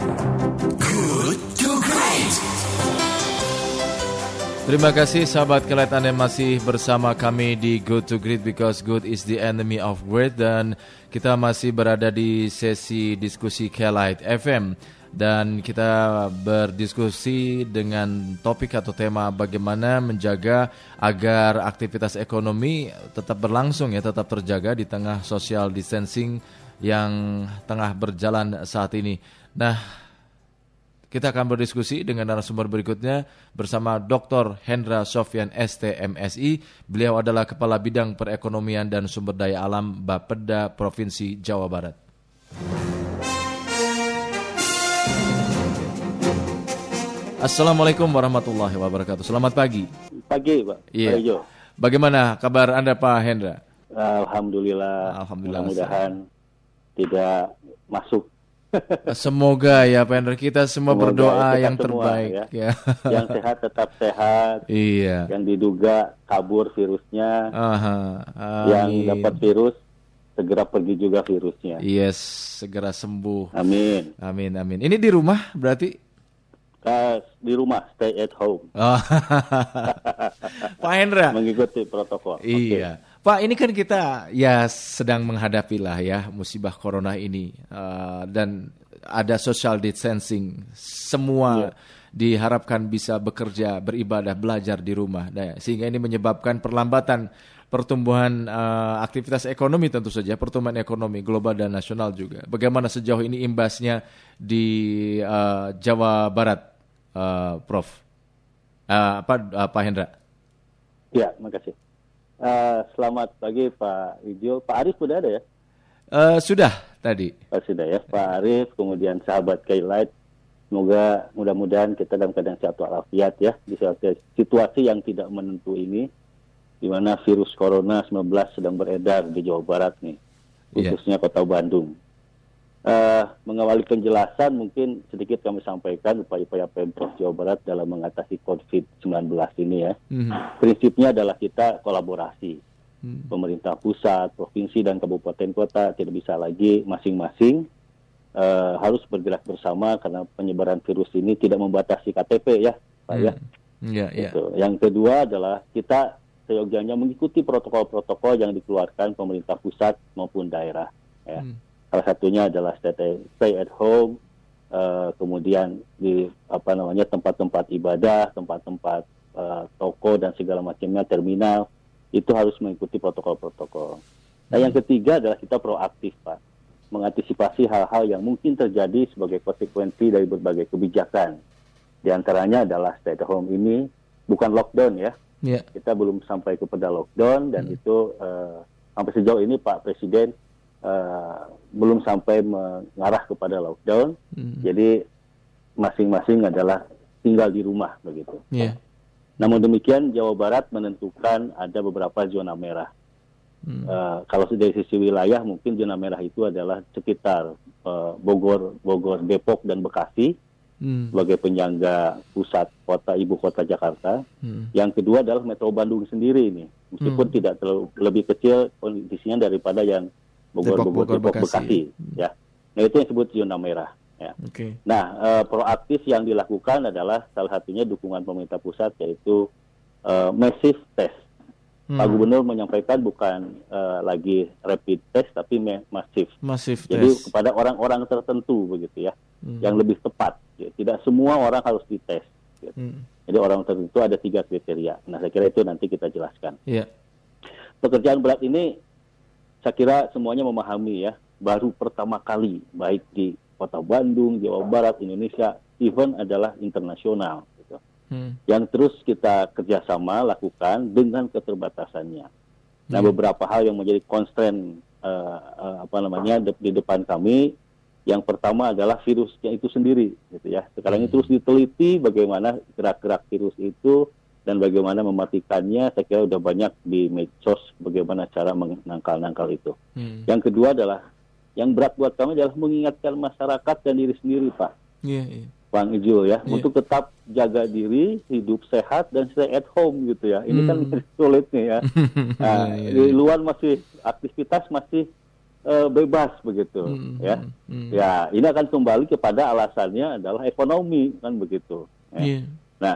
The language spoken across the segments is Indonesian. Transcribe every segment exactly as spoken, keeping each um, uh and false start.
Good to Great. Terima kasih sahabat Kelight, Anda masih bersama kami di Good to Great because good is the enemy of great, dan kita masih berada di sesi diskusi Kelight F M dan kita berdiskusi dengan topik atau tema bagaimana menjaga agar aktivitas ekonomi tetap berlangsung ya, tetap terjaga di tengah social distancing yang tengah berjalan saat ini. Nah, kita akan berdiskusi dengan narasumber berikutnya bersama Doktor Hendra Sofyan S T M Si. Beliau adalah Kepala Bidang Perekonomian dan Sumber Daya Alam Bapeda Provinsi Jawa Barat. Assalamualaikum warahmatullahi wabarakatuh. Selamat pagi. Pagi, Pak. Iya. Pak, bagaimana kabar Anda, Pak Hendra? Alhamdulillah. Alhamdulillah. Mudah-mudahan tidak masuk. Semoga ya Pak Hendra, kita semua Semoga berdoa kita yang semua, terbaik ya. ya. Yang sehat tetap sehat. Iya. Yang diduga kabur virusnya, Aha, yang dapat virus segera pergi juga virusnya. Yes, segera sembuh. Amin. Amin, amin. Ini di rumah berarti? Kas, di rumah, stay at home. Oh. Pak Hendra. Mengikuti protokol. Iya. Okay. Pak, ini kan kita ya sedang menghadapi lah ya musibah corona ini uh, dan ada social distancing. Semua yeah. diharapkan bisa bekerja, beribadah, belajar di rumah. Nah, sehingga ini menyebabkan perlambatan pertumbuhan uh, aktivitas ekonomi, tentu saja pertumbuhan ekonomi global dan nasional juga. Bagaimana sejauh ini imbasnya di uh, Jawa Barat, uh, Prof? Uh, apa uh, Pak Hendra? Ya, makasih. Uh, selamat pagi Pak Ijo. Pak Arif sudah ada ya? Uh, sudah tadi. Oh, sudah ya, Pak Arif, kemudian sahabat Kelight. Semoga mudah-mudahan kita dalam keadaan sehat walafiat ya di situasi yang tidak menentu ini, di mana virus corona sembilan belas sedang beredar di Jawa Barat nih, khususnya yeah. Kota Bandung. Uh, mengawali penjelasan, mungkin sedikit kami sampaikan upaya-upaya Pemprov Jawa Barat dalam mengatasi covid sembilan belas ini ya. Mm-hmm. Prinsipnya adalah kita kolaborasi. Mm-hmm. Pemerintah pusat, provinsi, dan kabupaten kota tidak bisa lagi masing-masing uh, harus bergerak bersama karena penyebaran virus ini tidak membatasi K T P ya, Pak mm-hmm. ya. Yeah, yeah. Gitu. Yang kedua adalah kita seyogyanya mengikuti protokol-protokol yang dikeluarkan pemerintah pusat maupun daerah ya. Mm. Salah satunya adalah stay at home, uh, kemudian di apa namanya tempat-tempat ibadah, tempat-tempat uh, toko dan segala macamnya, terminal, itu harus mengikuti protokol-protokol. Nah, yang ketiga adalah kita proaktif, Pak, mengantisipasi hal-hal yang mungkin terjadi sebagai konsekuensi dari berbagai kebijakan. Di antaranya adalah stay at home ini bukan lockdown ya, yeah. Kita belum sampai kepada lockdown dan hmm. itu uh, sampai sejauh ini Pak Presiden Uh, belum sampai mengarah kepada lockdown, hmm. jadi masing-masing adalah tinggal di rumah begitu. Yeah. Namun demikian Jawa Barat menentukan ada beberapa zona merah. Hmm. Uh, kalau dari sisi wilayah mungkin zona merah itu adalah sekitar uh, Bogor, Bogor, Depok dan Bekasi hmm. sebagai penyangga pusat kota ibu kota Jakarta. Hmm. Yang kedua adalah Metro Bandung sendiri ini, meskipun hmm. tidak terlalu lebih kecil kondisinya daripada yang Bogor, Depok, Bogor, Depok, Bekasi, Bekasi ya. Nah itu yang disebut zona merah. Ya. Okay. Nah uh, proaktif yang dilakukan adalah salah satunya dukungan pemerintah pusat yaitu uh, massive test. Hmm. Pak Gubernur menyampaikan bukan uh, lagi rapid test tapi masif. Masif test. Jadi kepada orang-orang tertentu begitu ya, hmm. yang lebih tepat. Ya. Tidak semua orang harus dites. Gitu. Hmm. Jadi orang tertentu ada tiga kriteria. Nah saya kira itu nanti kita jelaskan. Yeah. Pekerjaan berat ini saya kira semuanya memahami ya, baru pertama kali baik di Kota Bandung, Jawa Barat, Indonesia, even adalah internasional. Gitu. Hmm. Yang terus kita kerjasama lakukan dengan keterbatasannya. Nah, hmm. beberapa hal yang menjadi constraint uh, uh, apa namanya de- di depan kami, yang pertama adalah virusnya itu sendiri, gitu ya. Sekarang ini terus diteliti bagaimana gerak-gerak virus itu. Dan bagaimana mematikannya, saya kira sudah banyak di medsos bagaimana cara menangkal-nangkal itu. Hmm. Yang kedua adalah, yang berat buat kami adalah mengingatkan masyarakat dan diri sendiri, Pak. Yeah, yeah. Bang Ijul ya, yeah. untuk tetap jaga diri, hidup sehat, dan stay at home gitu ya. Ini hmm. kan sulit nih ya. Nah, yeah, yeah. Di luar masih, aktivitas masih uh, bebas begitu, hmm, ya. Hmm. Ya, ini akan kembali kepada alasannya adalah ekonomi kan begitu. Ya. Yeah. Nah,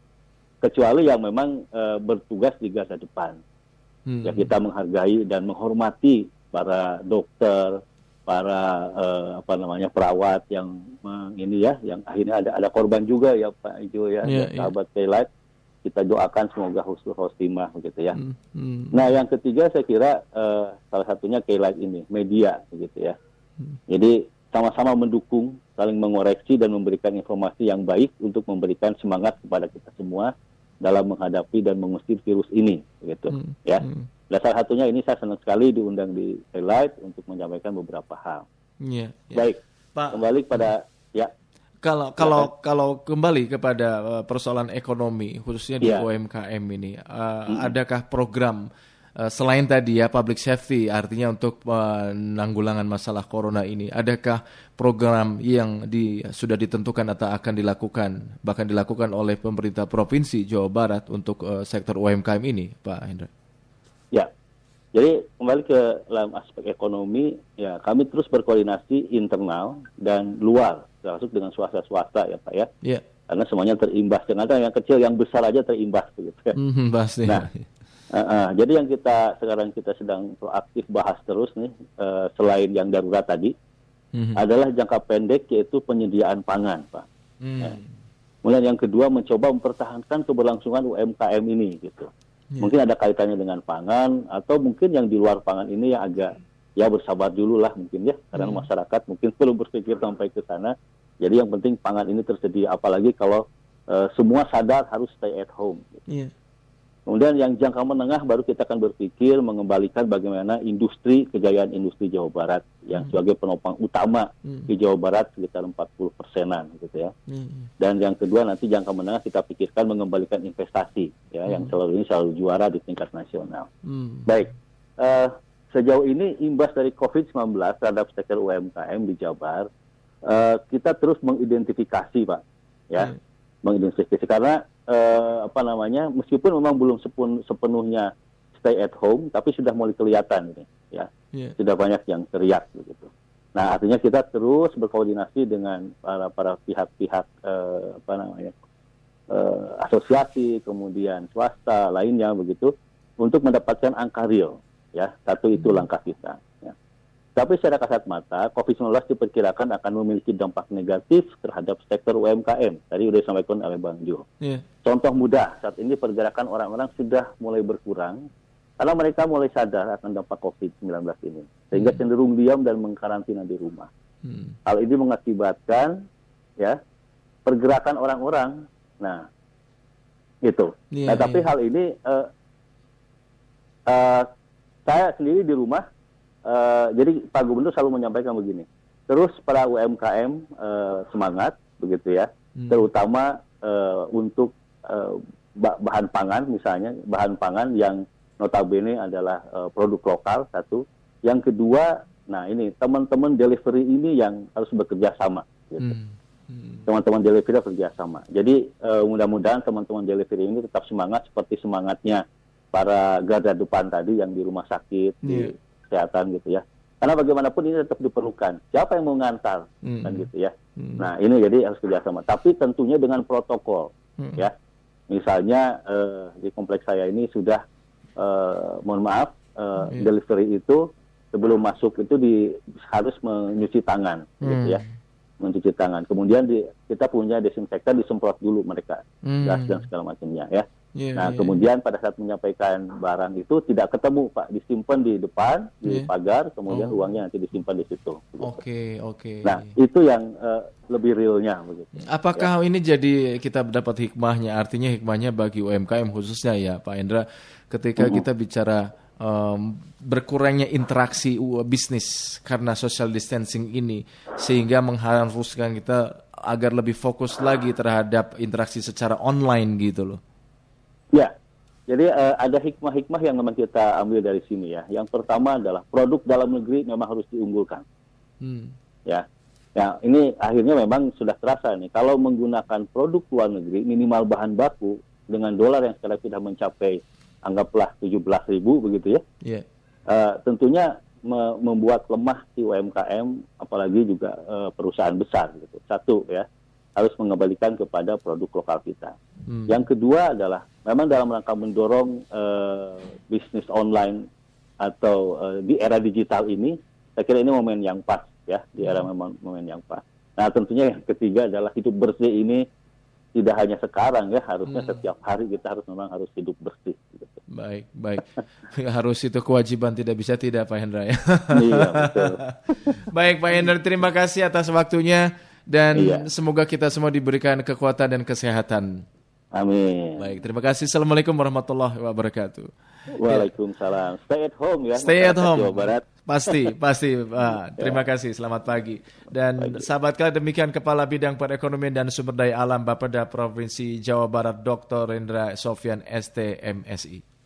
kecuali yang memang uh, bertugas di garda depan, hmm. ya kita menghargai dan menghormati para dokter, para uh, apa namanya perawat yang uh, ini ya, yang akhirnya ada ada korban juga ya Pak Ijo ya, yeah, ya sahabat yeah. Kelight. Kita doakan semoga husnul khotimah begitu ya. Hmm, hmm. Nah yang ketiga saya kira uh, salah satunya Kelight ini media begitu ya. Hmm. Jadi sama-sama mendukung, saling mengoreksi dan memberikan informasi yang baik untuk memberikan semangat kepada kita semua dalam menghadapi dan mengusir virus ini begitu hmm, ya. Hmm. Dan salah satunya ini saya senang sekali diundang di Kelight untuk menyampaikan beberapa hal. Yeah, yeah. Baik, Pak, kembali pada hmm. ya. Kalau kalau kalau kembali kepada uh, persoalan ekonomi khususnya di yeah. U M K M ini, uh, hmm. adakah program uh, selain tadi ya public safety artinya untuk penanggulangan uh, masalah corona ini, adakah program yang di, sudah ditentukan atau akan dilakukan bahkan dilakukan oleh pemerintah provinsi Jawa Barat untuk uh, sektor U M K M ini, Pak Hendra? Ya, jadi kembali ke dalam aspek ekonomi, ya kami terus berkoordinasi internal dan luar, termasuk dengan swasta-swasta ya Pak ya. Yeah. Karena semuanya terimbas. Ternyata yang kecil, yang besar aja terimbas begitu. Mm-hmm, pasti. Nah, uh, uh, jadi yang kita sekarang kita sedang proaktif bahas terus nih, uh, selain yang darurat tadi, mm-hmm. adalah jangka pendek yaitu penyediaan pangan Pak. Mm. Ya. Kemudian yang kedua mencoba mempertahankan keberlangsungan U M K M ini gitu. Yeah. Mungkin ada kaitannya dengan pangan atau mungkin yang di luar pangan ini yang agak ya bersabar dulu lah mungkin ya, karena hmm. masyarakat mungkin perlu berpikir sampai ke sana. Jadi yang penting pangan ini tersedia, apalagi kalau uh, semua sadar harus stay at home. Yeah. Kemudian yang jangka menengah baru kita akan berpikir mengembalikan bagaimana industri, kejayaan industri Jawa Barat yang hmm. sebagai penopang utama hmm. di Jawa Barat sekitar empat puluh persenan gitu ya. Hmm. Dan yang kedua nanti jangka menengah kita pikirkan mengembalikan investasi ya hmm. yang selalu ini selalu juara di tingkat nasional. Hmm. Baik. Uh, Sejauh ini imbas dari covid sembilan belas terhadap sektor U M K M di Jabar, uh, kita terus mengidentifikasi Pak, ya, hmm. mengidentifikasi karena uh, apa namanya, meskipun memang belum sepun, sepenuhnya stay at home, tapi sudah mulai kelihatan ini, ya, yeah. sudah banyak yang teriak begitu. Nah artinya kita terus berkoordinasi dengan para para pihak-pihak uh, apa namanya uh, asosiasi, kemudian swasta lainnya begitu, untuk mendapatkan angka real. Ya, satu itu langkah kita. Ya. Tapi secara kasat mata, covid sembilan belas diperkirakan akan memiliki dampak negatif terhadap sektor U M K M. Tadi sudah disampaikan oleh Bang Jo. Yeah. Contoh mudah, saat ini pergerakan orang-orang sudah mulai berkurang karena mereka mulai sadar akan dampak covid sembilan belas ini. Sehingga hmm. cenderung diam dan mengkarantina di rumah. Hmm. Hal ini mengakibatkan ya pergerakan orang-orang. Nah, itu. Yeah, nah, yeah. tapi hal ini... Uh, uh, Saya sendiri di rumah, uh, jadi Pak Gubernur selalu menyampaikan begini, terus para U M K M uh, semangat, begitu ya, hmm. terutama uh, untuk uh, bahan pangan misalnya, bahan pangan yang notabene adalah uh, produk lokal, satu. Yang kedua, nah ini teman-teman delivery ini yang harus bekerja sama. Gitu. Hmm. Hmm. Teman-teman delivery bekerja sama. Jadi uh, mudah-mudahan teman-teman delivery ini tetap semangat seperti semangatnya para garda depan tadi yang di rumah sakit, yeah. di kesehatan gitu ya. Karena bagaimanapun ini tetap diperlukan. Siapa yang mau ngantar, mm. kan gitu ya. Mm. Nah ini jadi harus kerjasama. Tapi tentunya dengan protokol, mm. ya. Misalnya uh, di kompleks saya ini sudah, uh, mohon maaf, uh, yeah. delivery itu sebelum masuk itu di, harus mencuci tangan, mm. gitu ya. Mencuci tangan. Kemudian di, kita punya desinfektan, disemprot dulu mereka, mm. gas dan segala macamnya ya. Yeah, nah, yeah, kemudian yeah. pada saat menyampaikan barang itu tidak ketemu, Pak, disimpan di depan, di yeah. pagar, kemudian oh. uangnya nanti disimpan di situ. Oke, okay, oke. Okay. Nah, itu yang uh, lebih realnya begitu. Apakah ya. ini jadi kita dapat hikmahnya? Artinya hikmahnya bagi U M K M khususnya ya, Pak Hendra, ketika mm-hmm. kita bicara um, berkurangnya interaksi bisnis karena social distancing ini, sehingga mengharuskan kita agar lebih fokus lagi terhadap interaksi secara online gitu loh. Ya, jadi uh, ada hikmah-hikmah yang memang kita ambil dari sini ya. Yang pertama adalah produk dalam negeri memang harus diunggulkan. Hmm. Ya, ya ini akhirnya memang sudah terasa nih. Kalau menggunakan produk luar negeri, minimal bahan baku dengan dolar yang sekarang sudah mencapai anggaplah tujuh belas ribu begitu ya. Yeah. Uh, tentunya me- membuat lemah si U M K M, apalagi juga uh, perusahaan besar gitu. Satu ya, harus mengembalikan kepada produk lokal kita. Hmm. Yang kedua adalah memang dalam rangka mendorong uh, bisnis online atau uh, di era digital ini, saya kira ini momen yang pas ya, di era memang momen yang pas. Nah tentunya yang ketiga adalah hidup bersih ini tidak hanya sekarang ya, harusnya hmm. setiap hari kita harus memang harus hidup bersih. Gitu. Baik, baik. Harus itu kewajiban, tidak bisa tidak Pak Hendra ya. Iya betul. Baik Pak Hendra, terima kasih atas waktunya dan iya. semoga kita semua diberikan kekuatan dan kesehatan. Amin. Baik, terima kasih. Assalamualaikum warahmatullahi wabarakatuh. Waalaikumsalam. Stay at home ya. Stay at home. Jawa Barat. Pasti, pasti. Ah, terima kasih. Selamat pagi. Dan pagi. Sahabat kalian, demikian Kepala Bidang Perekonomian dan Sumber Daya Alam Bapeda Provinsi Jawa Barat Doktor Rendra Sofyan S T M Si.